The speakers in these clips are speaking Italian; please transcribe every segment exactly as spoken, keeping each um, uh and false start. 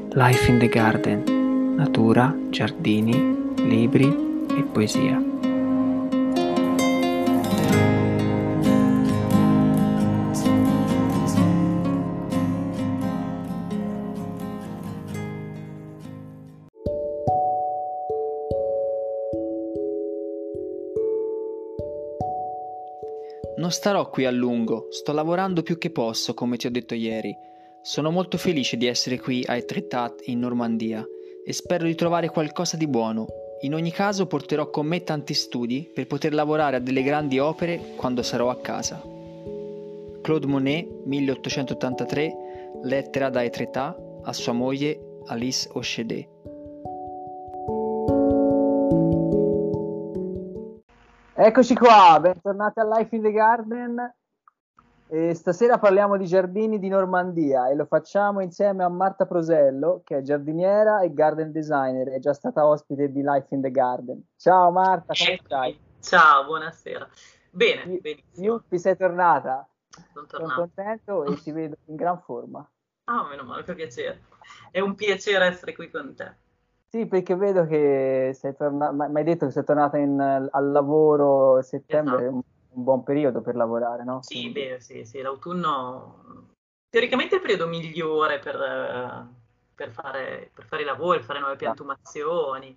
Life in the Garden, natura, giardini, libri e poesia. Non starò qui a lungo, sto lavorando più che posso, come ti ho detto ieri. Sono molto felice di essere qui a Etretat in Normandia e spero di trovare qualcosa di buono. In ogni caso porterò con me tanti studi per poter lavorare a delle grandi opere quando sarò a casa. Claude Monet, milleottocentottantatré, lettera da Etretat a sua moglie Alice Hochet. Eccoci qua, bentornati a Life in the Garden. E stasera parliamo di giardini di Normandia e lo facciamo insieme a Marta Prosello, che è giardiniera e garden designer, è già stata ospite di Life in the Garden. Ciao Marta, come stai? Ciao, buonasera. Bene, benissimo. Yuppi, sei tornata? Sono Sono tornata. contento e ti vedo in gran forma. Ah, meno male, fa piacere. È un piacere essere qui con te. Sì, perché vedo che sei tornata, mi hai detto che sei tornata in, al lavoro a settembre, Esatto. è un, un buon periodo per lavorare, no? Sì, Quindi... beh, sì, sì, l'autunno teoricamente è il periodo migliore per, eh, per fare, per fare i lavori, fare nuove piantumazioni.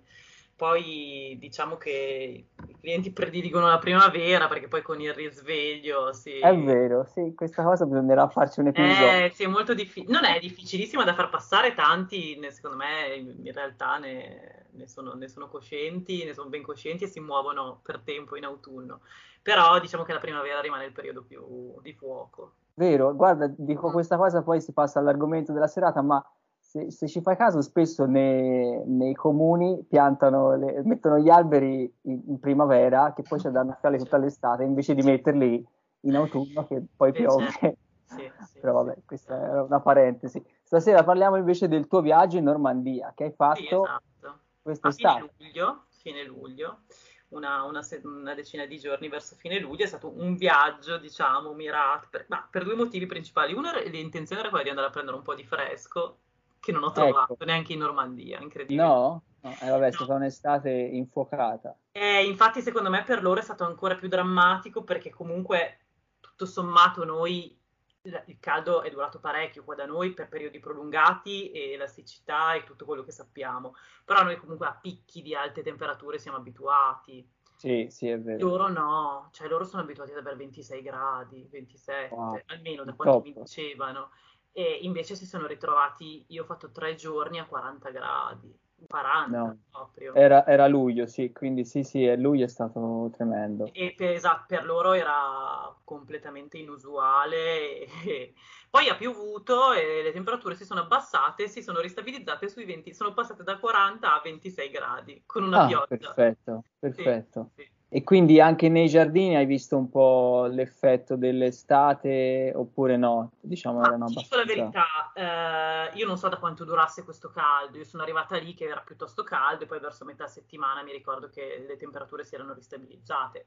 Poi diciamo che i clienti prediligono la primavera perché poi con il risveglio si... È vero, sì, questa cosa bisognerà farci un episodio. Eh, sì, è molto difficile. Non è difficilissima da far passare, tanti, ne- secondo me, in, in realtà ne, ne sono, ne sono coscienti, ne sono ben coscienti e si muovono per tempo in autunno. Però diciamo che la primavera rimane il periodo più di fuoco. Vero, guarda, dico questa cosa, poi si passa all'argomento della serata, ma se, se ci fai caso, spesso nei, nei comuni piantano, le- mettono gli alberi in, in primavera, che poi c'è da annaffiare tutta l'estate, invece di metterli in autunno, che poi piove. Invece, sì, sì, Però sì, vabbè, questa è una parentesi. Stasera parliamo invece del tuo viaggio in Normandia, che hai sì, fatto esatto. A fine quest'estate. luglio, fine luglio, una, una se- una decina di giorni verso fine luglio, è stato un viaggio, diciamo, mirato, per, ma per due motivi principali. Uno, era- l'intenzione era quella di andare a prendere un po' di fresco, che non ho Ecco, trovato neanche in Normandia, incredibile. no? No, eh, vabbè, è No. stata un'estate infuocata. Eh, infatti, secondo me per loro è stato ancora più drammatico perché comunque, tutto sommato, noi il il caldo è durato parecchio qua da noi per periodi prolungati e la siccità e tutto quello che sappiamo. Però noi comunque a picchi di alte temperature siamo abituati. Sì, sì, è vero. Loro no, cioè loro sono abituati ad avere ventisei gradi, Wow, ventisette, almeno da il quanto mi top. dicevano. E invece si sono ritrovati, io ho fatto tre giorni a quaranta gradi, quaranta No, proprio. era, era luglio, sì, quindi sì, sì, e luglio è stato tremendo. E per, esatto, per loro era completamente inusuale. E poi ha piovuto e le temperature si sono abbassate, si sono ristabilizzate sui venti, sono passate da quaranta a ventisei gradi con una Ah, pioggia. perfetto, Sì, perfetto. sì. E quindi anche nei giardini hai visto un po' l'effetto dell'estate oppure no? Diciamo Ma erano ti dico la abbastanza... verità, eh, io non so da quanto durasse questo caldo, io sono arrivata lì che era piuttosto caldo e poi verso metà settimana mi ricordo che le temperature si erano ristabilizzate.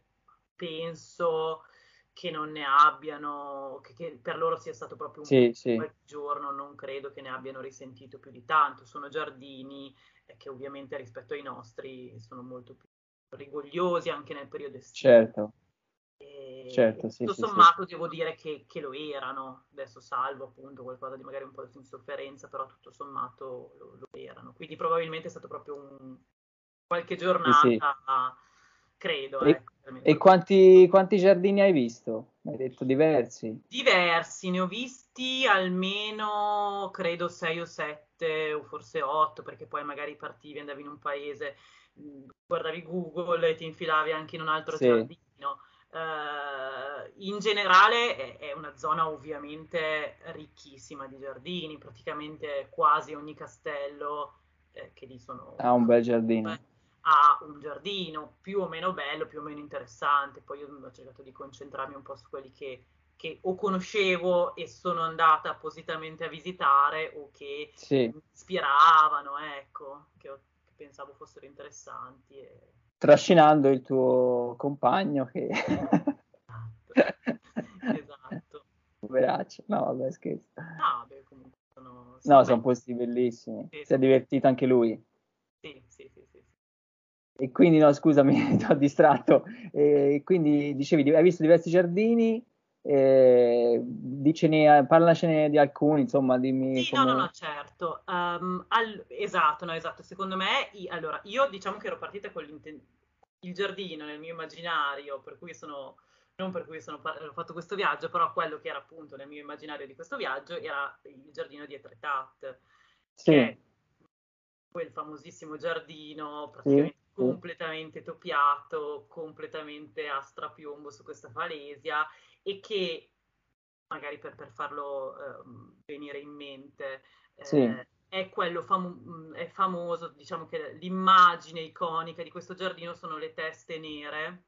Penso che non ne abbiano, che, che per loro sia stato proprio un Sì, periodo di sì, qualche giorno, non credo che ne abbiano risentito più di tanto. Sono giardini eh, che ovviamente rispetto ai nostri sono molto più rigogliosi anche nel periodo estivo. certo, E certo, sì, tutto sì, sì. sommato devo dire che, che lo erano, adesso salvo appunto qualcosa di magari un po' di insofferenza, però tutto sommato lo, lo erano. Quindi probabilmente è stato proprio un, qualche Sì, sì. giornata, credo, E, ecco, almeno e qualche quanti, quanti giardini hai visto? Mi hai detto diversi. diversi, ne ho visti almeno credo sei o sette o forse otto, perché poi magari partivi, andavi in un paese, mh, guardavi Google e ti infilavi anche in un altro Sì, giardino. Eh, in generale è, è una zona ovviamente ricchissima di giardini, praticamente quasi ogni castello, eh, che lì ha sono un bel giardino. ha un giardino più o meno bello, più o meno interessante. Poi io ho cercato di concentrarmi un po' su quelli che, che o conoscevo e sono andata appositamente a visitare o che Sì, mi ispiravano, ecco, che, ho- che pensavo fossero interessanti. E... trascinando il tuo compagno che... Esatto. Poveraccio. No, vabbè, scherzo. No, beh, comunque sono, No, sono posti bellissimi. Sì, Si è sì. divertito anche lui. Sì, sì, sì, sì, sì. E quindi, no, scusami, ti ho distratto. E quindi dicevi, hai visto diversi giardini, eh, dicene, parlacene di alcuni, insomma, dimmi Sì, no, no, no, come... certo. Ehm, al- esatto, no, esatto. Secondo me, i- allora, io diciamo che ero partita con l'inten- il giardino nel mio immaginario, per cui sono, non per cui sono, par- ho fatto questo viaggio, però quello che era appunto nel mio immaginario di questo viaggio era il giardino di Etretat, che Sì, è quel famosissimo giardino sì, praticamente sì, completamente topiato, completamente a strapiombo su questa falesia e che magari per, per farlo ehm, venire in mente, sì, eh, è quello famo- mh, è famoso, diciamo che l'immagine iconica di questo giardino sono le teste nere,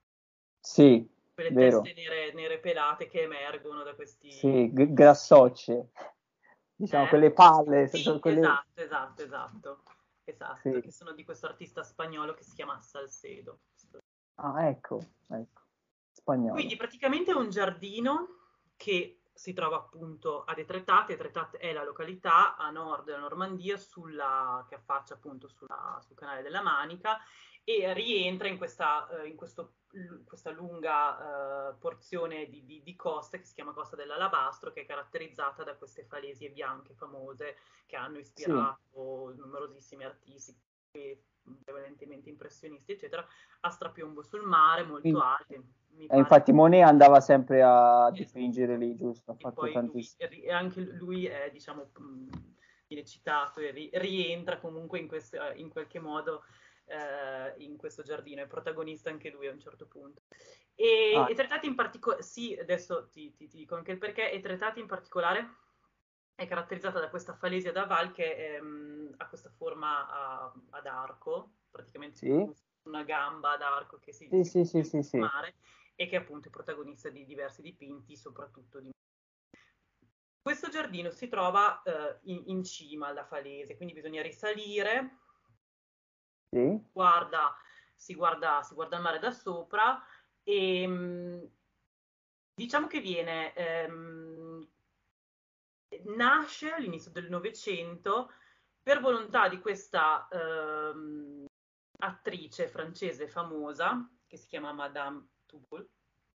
sì, quelle vero. teste nere, nere pelate che emergono da questi... Sì, g- grassocce, diciamo, Eh? quelle palle, so- Sì, sono quelle... esatto, esatto, esatto, esatto, Sì. che sono di questo artista spagnolo che si chiama Salcedo. Ah, ecco, ecco, Quindi spagnolo. praticamente è un giardino che si trova appunto ad Etretat. Etretat è la località a nord della Normandia sulla, che affaccia appunto sulla- sul canale della Manica e rientra in questa, eh, in questo- questa lunga eh, porzione di, di- di costa che si chiama Costa dell'Alabastro, che è caratterizzata da queste falesie bianche famose che hanno Sì, ispirato numerosissimi artisti, prevalentemente impressionisti, eccetera, a strapiombo sul mare, molto quindi- alte. Mi e pare infatti Monet andava sempre a che dipingere lì, giusto? Ha e fatto poi lui, tantissimo. e anche lui è, diciamo, mh, viene citato e ri- rientra comunque in, questo, in qualche modo eh, in questo giardino, è protagonista anche lui a un certo punto. E, Ah, e trattati in particolare, sì, adesso ti, ti- ti dico anche il perché, e trattati in particolare è caratterizzata da questa falesia d'aval che ehm, ha questa forma a- ad arco, praticamente sì, una gamba ad arco che si, sì, si sì, sì, conclude sì, in sì, mare e che è appunto è protagonista di diversi dipinti, soprattutto di... Questo giardino si trova eh, in, in cima alla falese, quindi bisogna risalire, sì, guarda, si, guarda, si guarda il mare da sopra e mh, diciamo che viene, ehm, nasce all'inizio del Novecento per volontà di questa ehm, attrice francese famosa che si chiama Madame Tulle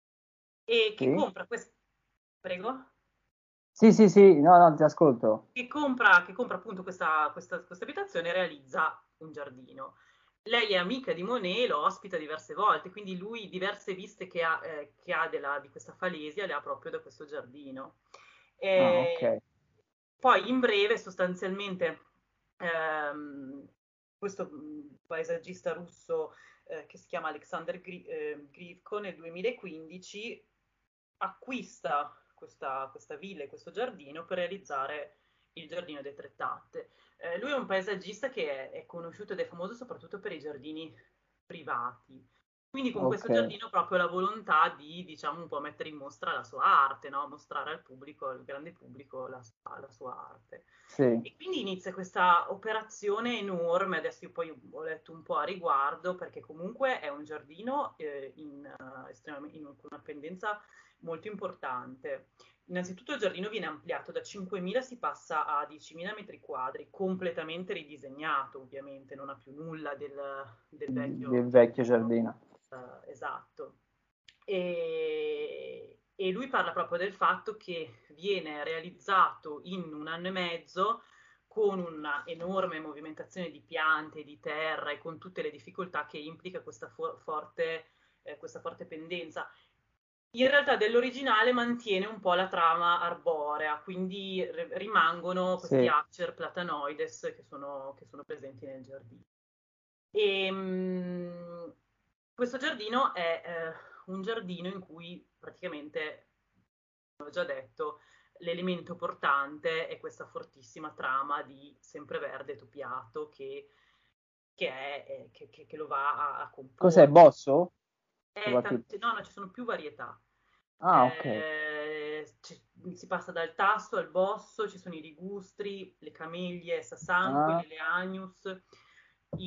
e che sì, compra questo... Prego? sì, sì, sì, no, no, ti ascolto. Che compra, che compra appunto questa, questa, questa abitazione e realizza un giardino. Lei è amica di Monet, lo ospita diverse volte, quindi lui diverse viste che ha, eh, che ha della, di questa falesia le ha proprio da questo giardino. Ah, E ok, poi in breve, sostanzialmente, ehm, questo mh, paesaggista russo eh, che si chiama Alexander Gri- eh, Grivko nel duemilaquindici acquista questa, questa villa e questo giardino per realizzare il giardino dei Tre Tatte. Eh, lui è un paesaggista che è, è conosciuto ed è famoso soprattutto per i giardini privati. Quindi con ok, questo giardino ha proprio la volontà di, diciamo, un po' mettere in mostra la sua arte, no? Mostrare al pubblico, al grande pubblico, la sua, la sua arte. sì, E quindi inizia questa operazione enorme, adesso io poi ho letto un po' a riguardo, perché comunque è un giardino eh, in, uh, estremamente, in una pendenza molto importante. Innanzitutto il giardino viene ampliato da cinquemila, si passa a diecimila metri quadri, completamente ridisegnato ovviamente, non ha più nulla del, del vecchio del vecchio giardino, giardino. eh, esatto. E, e lui parla proprio del fatto che viene realizzato in un anno e mezzo con una enorme movimentazione di piante, di terra e con tutte le difficoltà che implica questa, for- forte, eh, questa forte pendenza. In realtà dell'originale mantiene un po' la trama arborea, quindi r- rimangono questi Sì, Acer platanoides che sono, che sono presenti nel giardino. E, mh, questo giardino è eh, un giardino in cui praticamente, come ho già detto, l'elemento portante è questa fortissima trama di sempreverde topiato che, che, è, eh, che, che- che lo va a, a cos'è, comporre. Bosso? È Soprattutto. tante- no, no, ci sono più varietà. Ah, ok. Eh, ci- si passa dal tasso al bosso, ci sono i ligustri, le cameglie, sasanque, Ah, le leagnus,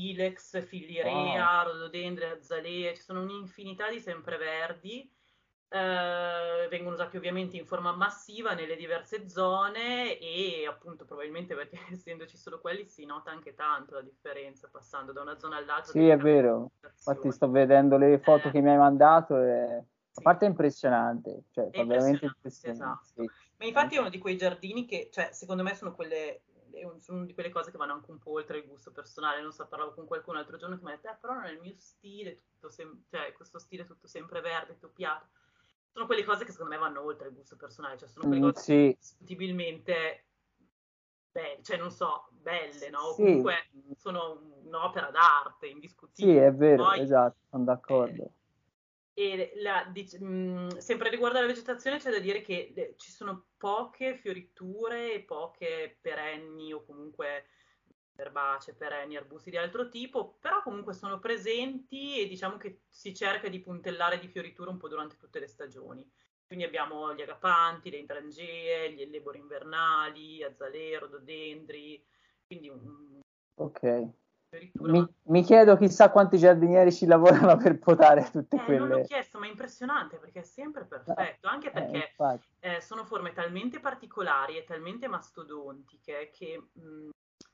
ilex, wow. filirea, rododendri, azalee, ci sono un'infinità di sempreverdi eh, vengono usati ovviamente in forma massiva nelle diverse zone e appunto probabilmente perché essendoci solo quelli si nota anche tanto la differenza passando da una zona all'altra Sì, devi è cambiare vero. Infatti situazione. sto vedendo le foto Eh, che mi hai mandato e a sì, parte è impressionante, cioè è fa veramente impressionante, impressione. esatto. Sì. Ma infatti è uno di quei giardini che, cioè, secondo me sono quelle, è un- sono una di quelle cose che vanno anche un po' oltre il gusto personale. Non so, parlavo con qualcuno l'altro giorno che mi ha detto, eh, però non è il mio stile, tutto sem- cioè, questo stile tutto sempre verde, toppiato. Sono quelle cose che secondo me vanno oltre il gusto personale, cioè sono quelle Mm, cose sì, discutibilmente belle, cioè non so, belle, no? O sì, comunque sono un'opera d'arte, sì, indiscutibile. è vero, Poi esatto, sono eh, d'accordo. e la- dic- mh, sempre riguardo alla vegetazione c'è da dire che eh, ci sono poche fioriture e poche perenni o comunque erbacee, perenni, arbusti di altro tipo, però comunque sono presenti e diciamo che si cerca di puntellare di fioriture un po' durante tutte le stagioni. Quindi abbiamo gli agapanti, le idrangee, gli ellebori invernali, azalea, rododendri, quindi un, Ok. fioritura, Mi, ma mi chiedo chissà quanti giardinieri ci lavorano per potare tutte Eh, non l'ho quelle. chiesto, ma è impressionante perché è sempre No, perfetto, anche eh, perché infatti, eh, sono forme talmente particolari e talmente mastodontiche che, mh,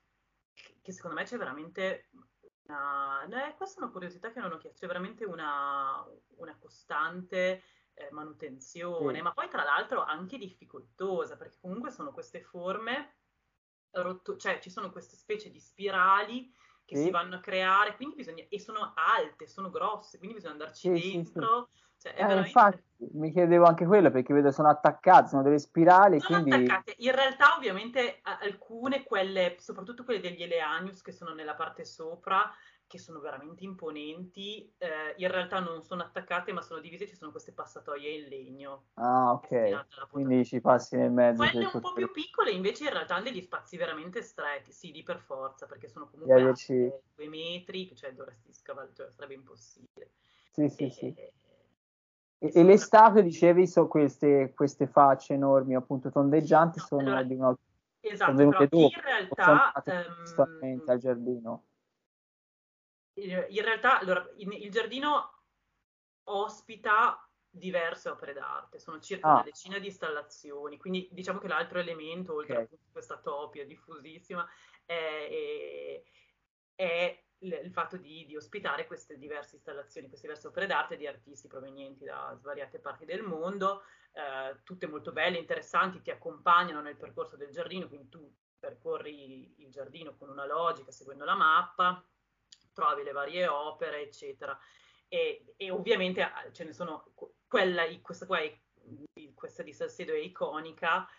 che secondo me c'è veramente una... eh, questa è una curiosità che non ho chiesto, c'è veramente una, una costante eh, manutenzione, sì, ma poi tra l'altro anche difficoltosa, perché comunque sono queste forme, rotto- cioè ci sono queste specie di spirali che si sì, vanno a creare, quindi bisogna, e sono alte, sono grosse, quindi bisogna andarci sì, sì, sì. dentro, cioè è Eh, infatti veramente... mi chiedevo anche quello perché vedo sono attaccate, sono delle spirali, Sono quindi attaccate, in realtà ovviamente a- alcune, quelle, soprattutto quelle degli Eleanius che sono nella parte sopra, che sono veramente imponenti, eh, in realtà non sono attaccate ma sono divise, ci sono queste passatoie in legno ah, ok, destinate alla quindi ci potatura. passi nel mezzo Quelle per un po' poter più piccole invece in realtà hanno degli spazi veramente stretti, sì, di per forza, perché sono di comunque averci. alte due metri, cioè dovresti scavalcare, cioè, sarebbe impossibile. Sì, sì, sì. E, E, e e sono le veramente... statue, dicevi, so queste, queste facce enormi, appunto tondeggianti, No, sono, allora, di una, sono esatto, però venute in dopo, o sono realtà, nate giustamente ehm, al giardino? in realtà allora, in- il giardino ospita diverse opere d'arte, sono circa una Ah, decina di installazioni, quindi diciamo che l'altro elemento, oltre ok. appunto a questa topia diffusissima, è, è- è il, il fatto di, di ospitare queste diverse installazioni, queste diverse opere d'arte di artisti provenienti da svariate parti del mondo, eh, tutte molto belle, interessanti, ti accompagnano nel percorso del giardino, quindi tu percorri il giardino con una logica, seguendo la mappa, trovi le varie opere, eccetera. E, e ovviamente ah, ce ne sono, quella, questa qua è, questa di Salcedo è iconica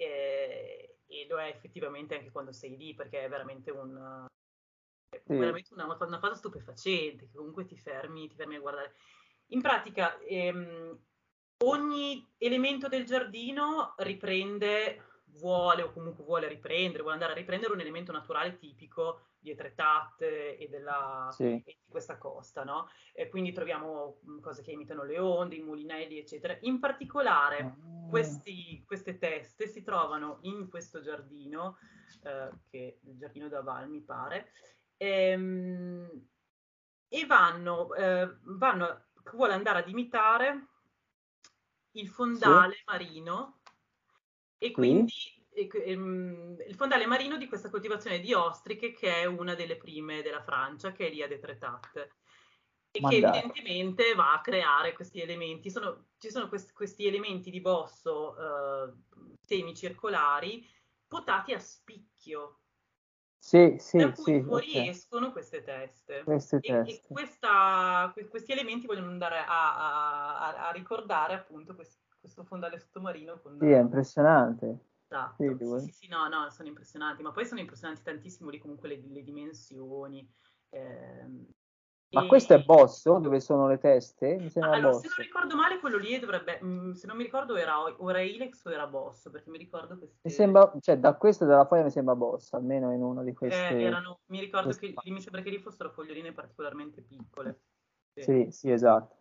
eh, e lo è effettivamente anche quando sei lì perché è veramente un, Sì, veramente una, una cosa stupefacente, che comunque ti fermi, ti fermi a guardare. In pratica, ehm, ogni elemento del giardino riprende, vuole o comunque vuole riprendere, vuole andare a riprendere un elemento naturale tipico di Etretat e, della, sì. e di questa costa, no? E quindi troviamo mh, cose che imitano le onde, i mulinelli, eccetera. In particolare, Ah, questi, queste teste si trovano in questo giardino, eh, che è il giardino d'Aval, mi pare, ehm, e vanno, eh, vanno, vuole andare ad imitare il sì, fondale marino e sì, quindi e- ehm, il fondale marino di questa coltivazione di ostriche che è una delle prime della Francia, che è lì ad Etretat e ma che dai. evidentemente va a creare questi elementi. Sono- ci sono quest- questi elementi di bosso eh, semicircolari potati a spicchio Sì, da sì, cui sì, ok. fuoriescono queste teste. Queste E, e teste. questa- que- questi elementi vogliono andare a, a- a- a ricordare appunto quest- questo fondale sottomarino con... Sì, è impressionante. Sì, Esatto, sì, devo- sì, sì, no, no, sono impressionanti, ma poi sono impressionanti tantissimo lì comunque le, le dimensioni. ehm, Ma questo è e, Bosso, dove sono le teste? Mi ma sembra allora, se non Bosso. ricordo male, quello lì dovrebbe, mh, se non mi ricordo era o o era Ilex o era Boss, perché mi ricordo Mi queste, sembra, cioè da questo dalla foglia mi sembra Bosso, almeno in una di eh, queste, erano, mi ricordo queste che lì mi facce. sembra che lì fossero foglioline particolarmente piccole. Sì. Sì, sì, esatto.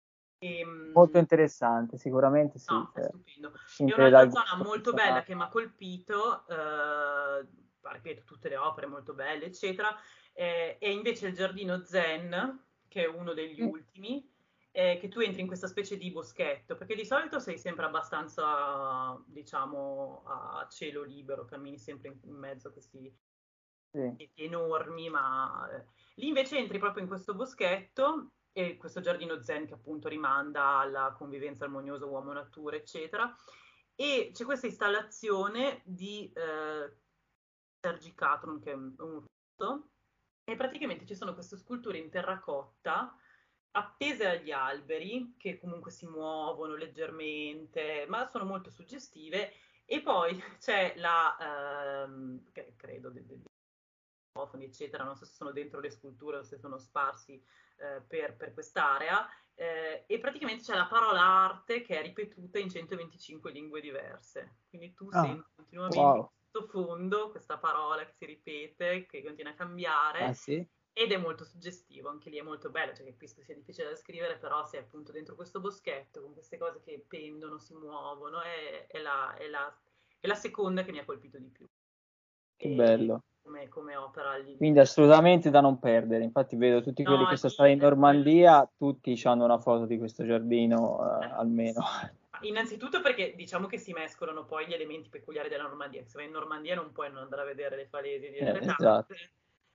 Molto Ehm, interessante, sicuramente sì, no, è cioè, a stupendo. E prescindere un'altra dal zona gusto molto bella personale. che mi ha colpito, eh, ripeto, tutte le opere molto belle, eccetera, eh, è invece il Giardino Zen, che è uno degli Sì, ultimi, è che tu entri in questa specie di boschetto, perché di solito sei sempre abbastanza, diciamo, a cielo libero, cammini sempre in mezzo a questi Sì. enormi, ma eh, lì invece entri proprio in questo boschetto e questo giardino zen che appunto rimanda alla convivenza armoniosa uomo-natura, eccetera. E c'è questa installazione di eh, Sergi Catron, che è un, un russo, e praticamente ci sono queste sculture in terracotta appese agli alberi, che comunque si muovono leggermente, ma sono molto suggestive. E poi c'è la, ehm, che credo, de- de- microfoni, eccetera, non so se sono dentro le sculture o se sono sparsi eh, per, per quest'area, eh, e praticamente c'è la parola arte che è ripetuta in centoventicinque lingue diverse, quindi tu Ah, senti continuamente in wow. sottofondo questa parola che si ripete, che continua a Ah cambiare, sì? ed è molto suggestivo, anche lì è molto bello, cioè che capisco sia difficile da scrivere, però sei appunto dentro questo boschetto con queste cose che pendono, si muovono, è, è la, è la, è la seconda che mi ha colpito di più. Che E bello. come, come opera lì. Quindi assolutamente da non perdere. Infatti vedo tutti quelli No, che sono lì stati in è quello. Normandia, tutti hanno una foto di questo giardino, eh, Eh, almeno. ma innanzitutto perché diciamo che si mescolano poi gli elementi peculiari della Normandia. Se vai in Normandia non puoi non andare a vedere le falesie di Eh, esatto. Etretat,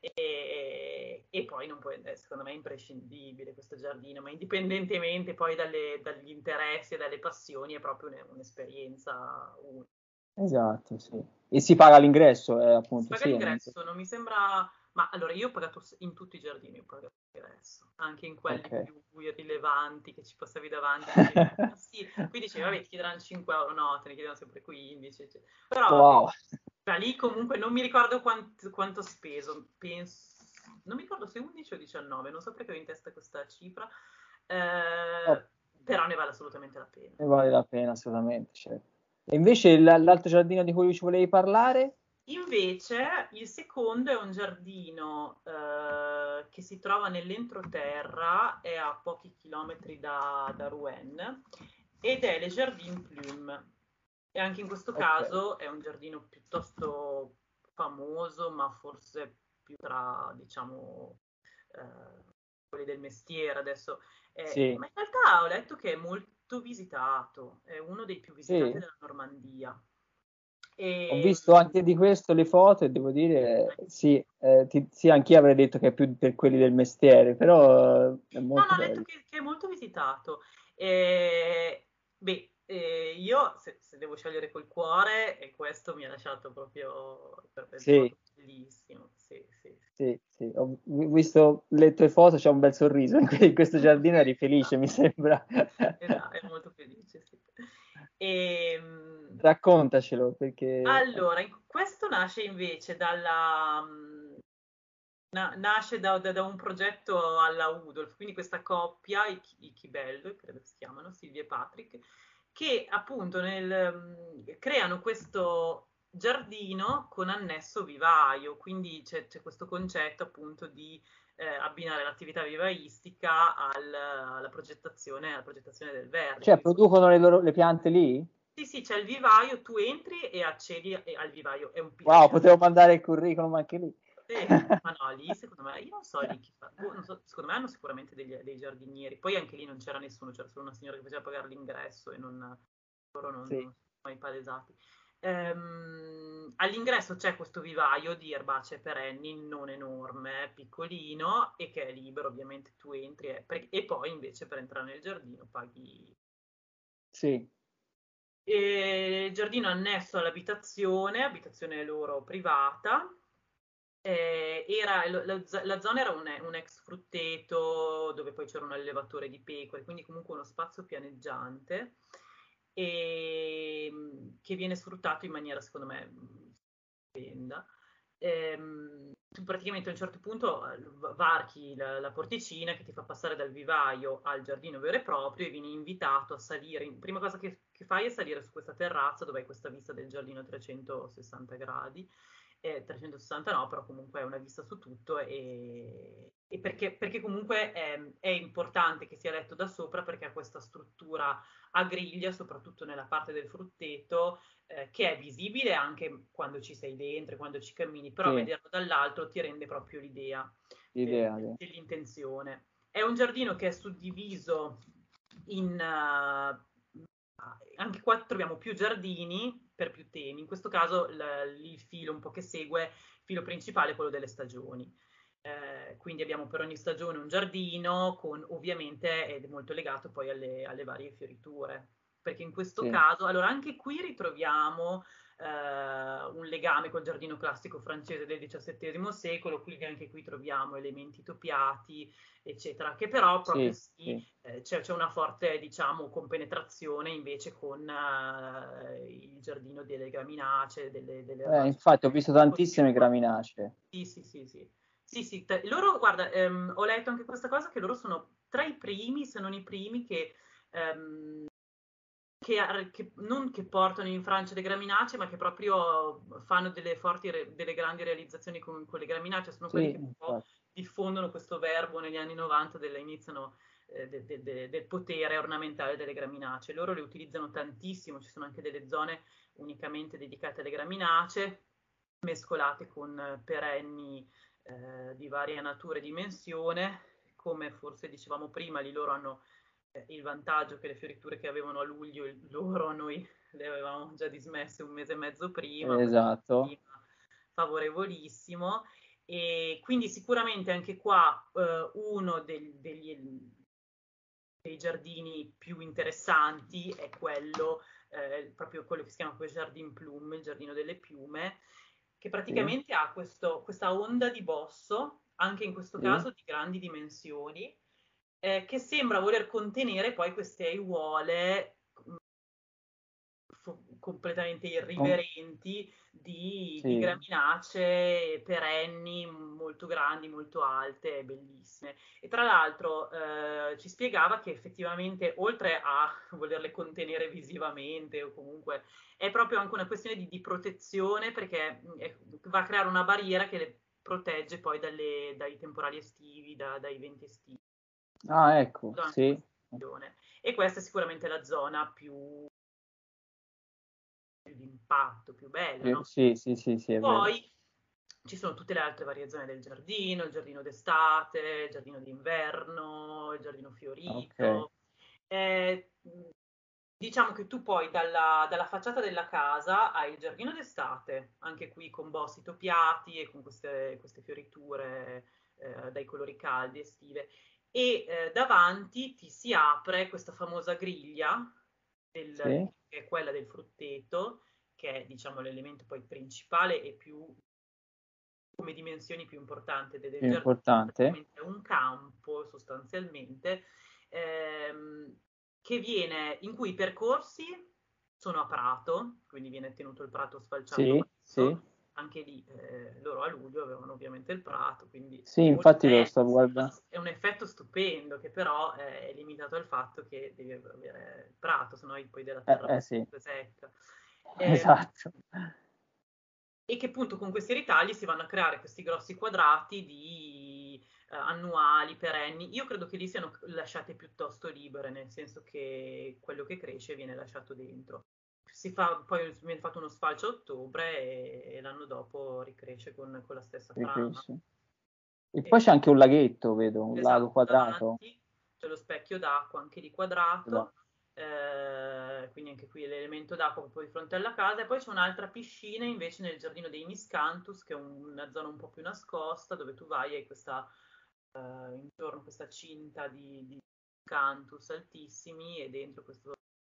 e, e poi non puoi, eh, secondo me è imprescindibile questo giardino, ma indipendentemente poi dalle- dagli interessi e dalle passioni è proprio un- un'esperienza unica. Esatto, sì. E si paga l'ingresso, eh, Si appunto, paga sì. è un- l'ingresso, non mi sembra. Ma allora io ho pagato s- in tutti i giardini, ho pagato l'ingresso, anche in quelli Ok. più irrilevanti che ci passavi davanti, dicevi, "Ah, sì", qui dicevi, vabbè, ti chiederanno cinque euro, no, te ne chiedono sempre quindici, eccetera. Però vabbè, Wow. da lì comunque non mi ricordo quant- quanto ho speso, penso, non mi ricordo se undici o diciannove, non so perché ho in testa questa cifra, Oh, eh, però ne vale assolutamente la pena. ne vale la pena, assolutamente, certo. E invece l- l'altro giardino di cui ci volevi parlare? Invece il secondo è un giardino eh, che si trova nell'entroterra, è a pochi chilometri da, da Rouen, ed è le Jardin Plume. E anche in questo Ok. caso è un giardino piuttosto famoso, ma forse più tra, diciamo, eh, quelli del mestiere adesso. Eh, Sì, ma in realtà ho letto che è molto visitato, è uno dei più visitati sì. della Normandia. Ho E, visto anche di questo le foto e devo dire, sì, eh, ti- sì, anch'io avrei detto che è più per quelli del mestiere, però eh, è No, no, molto ho letto bello. che, che è molto visitato. Eh, beh, eh, io se, se devo scegliere col cuore, e questo mi ha lasciato proprio, l'ho Sì, trovato bellissimo. Sì, sì, sì. sì, sì. Ho vi- visto le tue foto, c'è un bel sorriso in que- in questo giardino, eri Sì, felice, mi esatto, sembra. esatto, ero molto felice, sì. E, Raccontacelo, perché... allora, in- questo nasce invece dalla, mh, na- nasce da, da- da un progetto alla Udolf, quindi questa coppia, i, Chi- i Chibello, credo si chiamano, Silvia e Patrick, che appunto nel, mh, creano questo giardino con annesso vivaio, quindi c'è, c'è questo concetto appunto di eh, abbinare l'attività vivaistica al- alla progettazione, alla progettazione del verde. Cioè, Quindi producono le loro le piante lì? sì, sì, c'è il vivaio, tu entri e accedi e- al vivaio, è un Wow, piccolo. potevo mandare il curriculum anche lì. Sì, ma no, lì secondo me, io non so lì chi fa, boh, non so, secondo me hanno sicuramente degli- dei giardinieri, poi anche lì non c'era nessuno, c'era solo una signora che faceva pagare l'ingresso e non, loro non, Sì, non sono mai palesati. Ehm, all'ingresso c'è questo vivaio di erbacee perenni, non enorme, piccolino, e che è libero, ovviamente tu entri, e, per- e poi invece per entrare nel giardino paghi. sì, E giardino annesso all'abitazione, abitazione loro privata. Eh, era, lo- la, z- la zona era un, un ex frutteto dove poi c'era un allevatore di pecore, quindi comunque uno spazio pianeggiante e, che viene sfruttato in maniera, secondo me, stupenda. Ehm, tu praticamente a un certo punto eh, varchi la, la porticina che ti fa passare dal vivaio al giardino vero e proprio e vieni invitato a salire. Prima cosa che, che fai è salire su questa terrazza dove hai questa vista del giardino a trecentosessanta gradi, eh, trecentosessanta no, però comunque è una vista su tutto e, e perché, perché comunque è, è importante che sia letto da sopra perché ha questa struttura a griglia, soprattutto nella parte del frutteto, eh, che è visibile anche quando ci sei dentro, quando ci cammini, però sì, vederlo dall'alto ti rende proprio l'idea del- l'idea. Sì. dell'intenzione. È un giardino che è suddiviso in, uh, anche qua troviamo più giardini per più temi. In questo caso l- il filo un po' che segue, il filo principale è quello delle stagioni. Eh, quindi abbiamo per ogni stagione un giardino, con ovviamente ed è molto legato poi alle, alle varie fioriture, perché in questo Sì. caso, allora anche qui ritroviamo eh, un legame col giardino classico francese del diciassettesimo secolo, quindi anche qui troviamo elementi topiati, eccetera, che però proprio Sì, sì, sì. eh, c'è, c'è una forte, diciamo, compenetrazione invece con eh, il giardino delle graminacee, delle, delle Eh, erbacee. infatti ho visto tantissime graminacee. Sì, sì, sì, sì. Sì, sì, te- loro, guarda, ehm, ho letto anche questa cosa che loro sono tra i primi, se non i primi, che, ehm, che, ar- che- non che portano in Francia le graminacee, ma che proprio fanno delle forti, re- delle grandi realizzazioni con, con le graminacee. Sono quelli Sì, che un po' infatti. diffondono questo verbo negli anni novanta, della, iniziano eh, de- de- de- del potere ornamentale delle graminacee. Loro le utilizzano tantissimo, ci sono anche delle zone unicamente dedicate alle graminacee, mescolate con eh, perenni eh, di varia natura e dimensione. Come forse dicevamo prima, lì loro hanno eh, il vantaggio che le fioriture che avevano a luglio, il- loro noi le avevamo già dismesse un mese e mezzo prima, quindi un Esatto. clima favorevolissimo. E quindi sicuramente anche qua eh, uno del- degli, dei giardini più interessanti è quello, eh, proprio quello che si chiama poi Jardin Plume, il giardino delle piume, che Sì, praticamente ha questo, questa onda di bosso, anche in questo sì. caso di grandi dimensioni, eh, che sembra voler contenere poi queste aiuole mh, fo- completamente Com- irriverenti di, di sì. graminacee perenni, molto grandi, molto alte, bellissime. E tra l'altro eh, ci spiegava che effettivamente, oltre a volerle contenere visivamente o comunque, è proprio anche una questione di, di protezione, perché mh, è- va a creare una barriera che le protegge poi dalle- dai temporali estivi, da- dai venti estivi. Ah, ecco, Anche sì. questa questione. E questa è sicuramente la zona più, più di impatto, più bella, Più- no? Sì, sì, sì, sì, è vero. Poi ci sono tutte le altre varie zone del giardino, il giardino d'estate, il giardino d'inverno, il giardino Ok. fiorito. Eh, diciamo che tu poi dalla, dalla facciata della casa hai il giardino d'estate, anche qui con bossi topiati e con queste, queste fioriture eh, dai colori caldi estive. E eh, davanti ti si apre questa famosa griglia, del- Sì, che è quella del frutteto, che è diciamo l'elemento poi principale e più come dimensioni più importanti del più giardino, importante. praticamente è un campo sostanzialmente ehm, che viene, in cui i percorsi sono a prato, quindi viene tenuto il prato sfalciato Sì, sì. basso, anche lì eh, loro a luglio avevano ovviamente il prato, quindi Sì, è molto infatti lo bello, sto guardando. è un effetto stupendo che però eh, è limitato al fatto che devi avere il prato, sennò hai poi della Eh, terra eh, sì, secca. Eh, esatto. e che appunto con questi ritagli si vanno a creare questi grossi quadrati di eh, annuali, perenni. Io credo che lì siano lasciate piuttosto libere, nel senso che quello che cresce viene lasciato dentro. Si fa, poi viene fatto uno sfalcio a ottobre e, e l'anno dopo ricresce con, con la stessa frana. Ripresi. E E- poi c'è anche un laghetto, vedo, un lago Esatto, quadrato. davanti c'è lo specchio d'acqua anche di Da- quadrato, eh, quindi anche qui l'elemento d'acqua proprio di fronte alla casa, e poi c'è un'altra piscina invece nel giardino dei Miscanthus, che è un- una zona un po' più nascosta, dove tu vai e hai questa, eh, intorno questa cinta di, di Miscanthus altissimi e dentro questa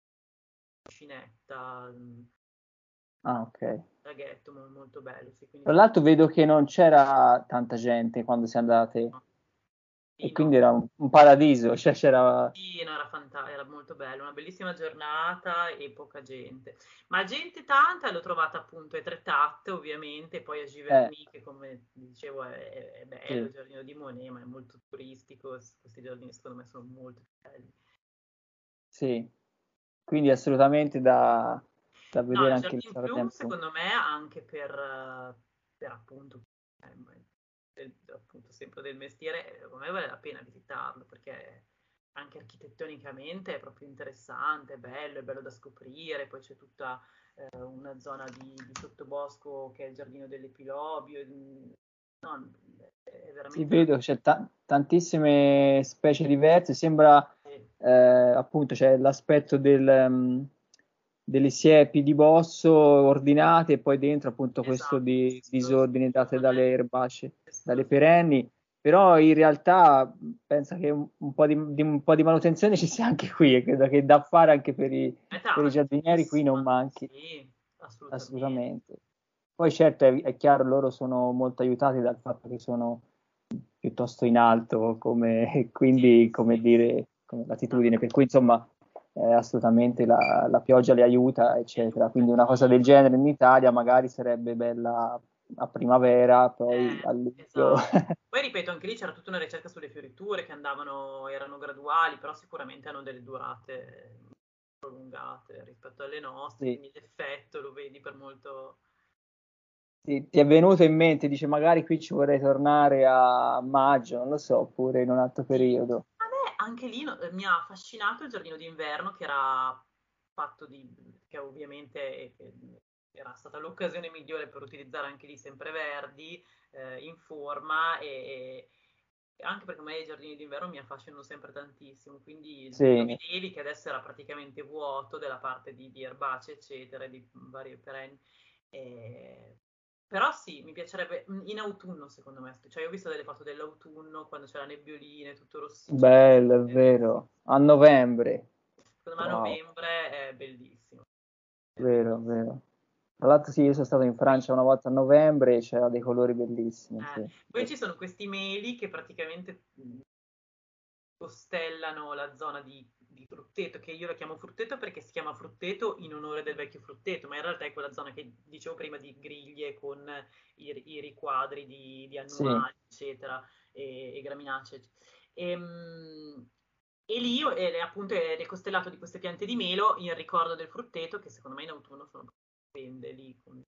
piscinetta, un Ah, ok. laghetto mo- molto bello, sì, quindi Tra sì, l'altro vedo che non c'era tanta gente quando siamo andate no, e sì, no. quindi era un, un paradiso, cioè c'era... Sì, no, era fantastica, era molto bello, una bellissima giornata e poca gente. Ma gente tanta l'ho trovata appunto a Etretat, ovviamente, poi a Eh, Giverny, che come dicevo è, è bello, sì, il giardino di Monet, ma è molto turistico, s- questi giardini secondo me sono molto belli. sì. Quindi assolutamente da, da No, vedere il anche il Jardin Plum frattempo. secondo me anche per, eh, per appunto, eh, del- appunto sempre del mestiere, eh, secondo me vale la pena visitarlo perché anche architettonicamente è proprio interessante, è bello, è bello da scoprire, poi c'è tutta eh, una zona di, di sottobosco che è il giardino dell'Epilobio, mm, no, è Sì, veramente una... vedo, c'è ta- tantissime specie diverse, sembra eh, appunto c'è l'aspetto del, um, delle siepi di bosso ordinate e poi dentro appunto questo Esatto, di sì, lo disordine date dalle esplosione, erbacee, dalle esplosione. perenni, però in realtà penso che un, un po' di, di- un po' di manutenzione ci sia anche qui e credo che da fare anche per i, È per i giardinieri qui non tantissima, manchi sì, assolutamente. assolutamente. Poi certo è, è chiaro, loro sono molto aiutati dal fatto che sono piuttosto in alto, come, Sì, quindi come sì, dire, come latitudine, per assolutamente. cui insomma eh, assolutamente la, la pioggia li aiuta, eccetera. Aiuta, Quindi una cosa del genere in Italia magari sarebbe bella a primavera, poi a eh, luglio. esatto. Poi ripeto, anche lì c'era tutta una ricerca sulle fioriture che andavano, erano graduali, però sicuramente hanno delle durate prolungate rispetto alle nostre, Sì. quindi l'effetto lo vedi per molto. Ti, ti è venuto in mente, dice magari qui ci vorrei tornare a maggio, non lo so, oppure in un altro Sì. periodo. A me anche lì no- mi ha affascinato il giardino d'inverno che era fatto di, che ovviamente eh, che era stata l'occasione migliore per utilizzare anche lì sempreverdi eh, in forma e, e anche perché a me i giardini d'inverno mi affascinano sempre tantissimo, quindi lo Sì, vedevi che adesso era praticamente vuoto della parte di, di erbacee eccetera, di varie perenni. E però sì, mi piacerebbe mm, in autunno secondo me, cioè io ho visto delle foto dell'autunno quando c'è la nebbiolina, è tutto rossiccio, bello, è bellissimo. vero. A novembre. Secondo me a Wow, novembre è bellissimo, è vero, bellissimo. vero. Tra l'altro sì, io sono stato in Poi, Francia una volta a novembre e c'era dei colori bellissimi, eh, sì. poi ci sono questi meli che praticamente mm, costellano la zona di, di Frutteto, che io la chiamo Frutteto perché si chiama Frutteto in onore del vecchio Frutteto, ma in realtà è quella zona che dicevo prima di griglie con i, i riquadri di, di Sì, annuali, eccetera, e, e graminacee. E, mm, e lì è, appunto è costellato di queste piante di melo in ricordo del Frutteto, che secondo me in autunno sono stupende lì con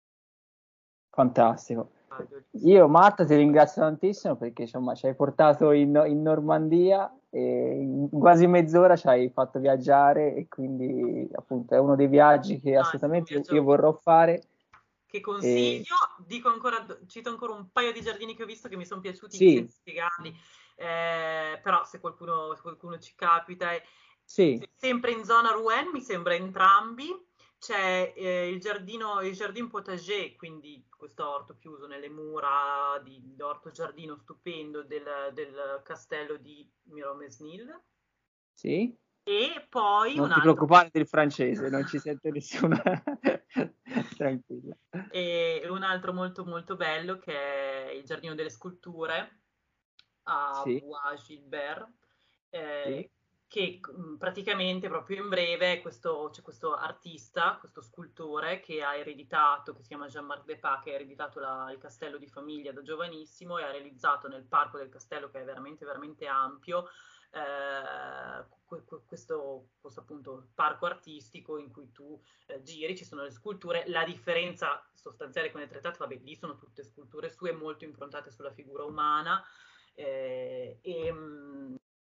fantastico. fagioli. Io, Marta, ti ringrazio tantissimo perché insomma ci hai portato in, in Normandia e in quasi mezz'ora ci hai fatto viaggiare e quindi appunto è uno dei viaggi che No, è stato un assolutamente io viaggio vorrò fare. che E, consiglio. Dico ancora, cito ancora un paio di giardini che ho visto che mi sono piaciuti sì, senza spiegarli, eh, però se qualcuno, se qualcuno ci capita, è sì, sempre in zona Rouen, mi sembra entrambi. C'è eh, il giardino, il Jardin Potager, quindi questo orto chiuso nelle mura di, di orto giardino stupendo del, del castello di Miromesnil. sì. E poi Non un ti altro. preoccupare del francese, non ci sente nessuno. Tranquilla. E un altro molto molto bello che è il Giardino delle Sculture a Sì, Bois-Gilbert, sì, eh, che mh, praticamente proprio in breve questo, c'è questo artista, questo scultore che ha ereditato, che si chiama Jean-Marc Depas, che ha ereditato la- il castello di famiglia da giovanissimo e ha realizzato nel parco del castello, che è veramente veramente ampio, eh, que- que- questo, questo appunto parco artistico in cui tu eh, giri, ci sono le sculture, la differenza sostanziale con le trettate, vabbè, lì sono tutte sculture sue molto improntate sulla figura umana, eh, e, mh,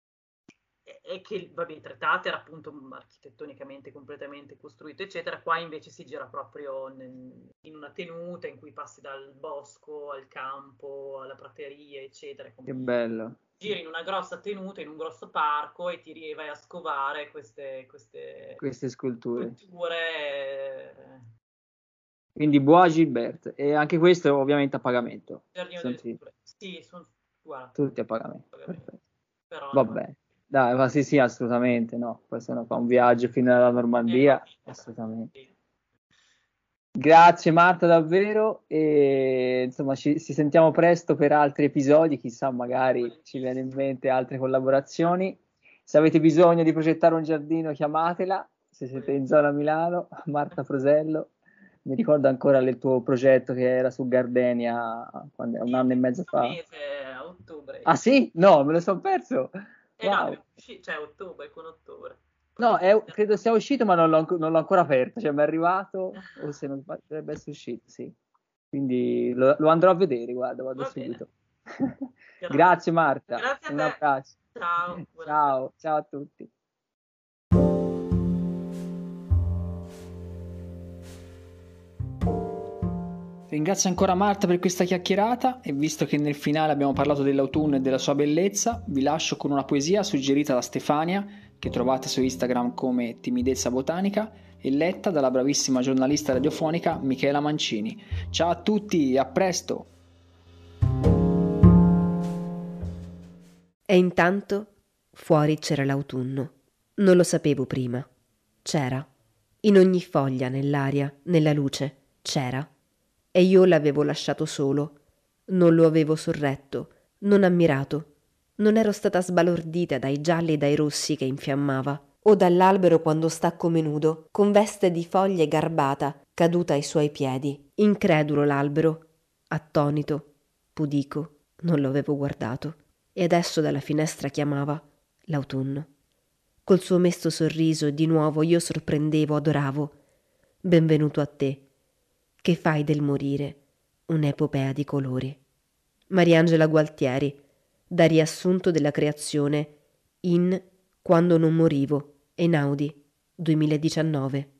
e che, vabbè, Trettate era appunto architettonicamente completamente costruito, eccetera. Qua invece si gira proprio nel- in una tenuta in cui passi dal bosco al campo, alla prateria, eccetera. che bello. Giri in una grossa tenuta, in un grosso parco e ti ri- vai a scovare queste, queste Queste sculture. sculture. eh, Quindi Bois Gilbert. E anche questo ovviamente a pagamento. Giardino Sono delle tutti, Sculture. Sì, sono, guarda, tutti a pagamento. pagamento. Perfetto. Però ne vale. Vabbè. Dai, ma sì, sì, assolutamente no. Poi se uno fa un viaggio fino alla Eh, Normandia, vabbè, assolutamente. sì. Grazie Marta davvero e insomma ci, ci sentiamo presto per altri episodi, chissà magari ci viene in Volentierissimo. mente altre collaborazioni. Se avete bisogno di progettare un giardino chiamatela, se siete in zona Milano, Marta Frosello. Mi ricordo ancora del tuo progetto che era su Gardenia quando, un Sì, anno e mezzo questo fa. mese, a ottobre. Ah sì? No, me lo sono perso. Eh no, Wow. deve uscire, cioè ottobre, con ottobre. No, Potete è- credo vederlo. sia uscito, ma non l'ho anco- non l'ho ancora aperto. Cioè, mi è arrivato, o se non sbaglio, dovrebbe essere uscito, sì. Quindi lo, lo andrò a vedere, guarda, vado Va bene, subito. grande. Grazie Marta, Grazie a un te. abbraccio. Ciao, buonasera. Ciao, ciao a tutti. Ringrazio ancora Marta per questa chiacchierata e visto che nel finale abbiamo parlato dell'autunno e della sua bellezza, vi lascio con una poesia suggerita da Stefania, che trovate su Instagram come Timidezza Botanica, e letta dalla bravissima giornalista radiofonica Michela Mancini. Ciao a tutti, a presto! E intanto fuori c'era l'autunno. Non lo sapevo prima. C'era. In ogni foglia, nell'aria, nella luce, c'era. E io l'avevo lasciato solo. Non lo avevo sorretto, non ammirato. Non ero stata sbalordita dai gialli e dai rossi che infiammava, o dall'albero quando sta come nudo, con veste di foglie garbata, caduta ai suoi piedi. Incredulo l'albero, attonito, pudico, non lo avevo guardato. E adesso dalla finestra chiamava l'autunno. Col suo mesto sorriso di nuovo io sorprendevo, adoravo. Benvenuto a te, che fai del morire un'epopea di colori. Mariangela Gualtieri, da riassunto della creazione in Quando non morivo, Einaudi, duemiladiciannove.